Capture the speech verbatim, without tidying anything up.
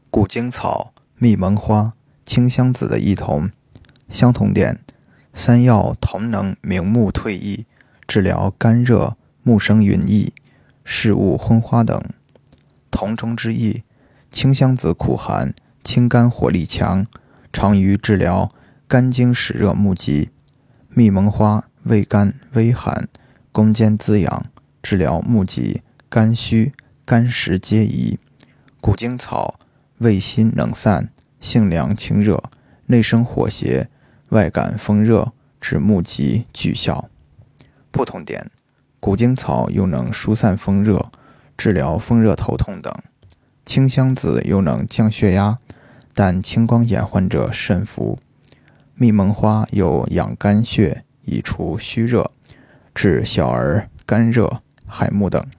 古精草、蜜蒙花、清香子的异同。相同点：三药同能明目退翳，治疗肝热、目生云翳、视物昏花等。同中之异：清香子苦寒，清肝火力强，常于治疗肝经湿热目疾；蜜蒙花味甘微寒，攻坚滋养，治疗目疾、肝虚、肝实皆宜。古精草味辛冷散，性凉清热，内生火邪，外感风热，治目疾具效。不同点：古精草又能疏散风热，治疗风热头痛等；清香子又能降血压，但青光眼患者慎服。蜜蒙花有养肝血，以除虚热，治小儿肝热、海木等。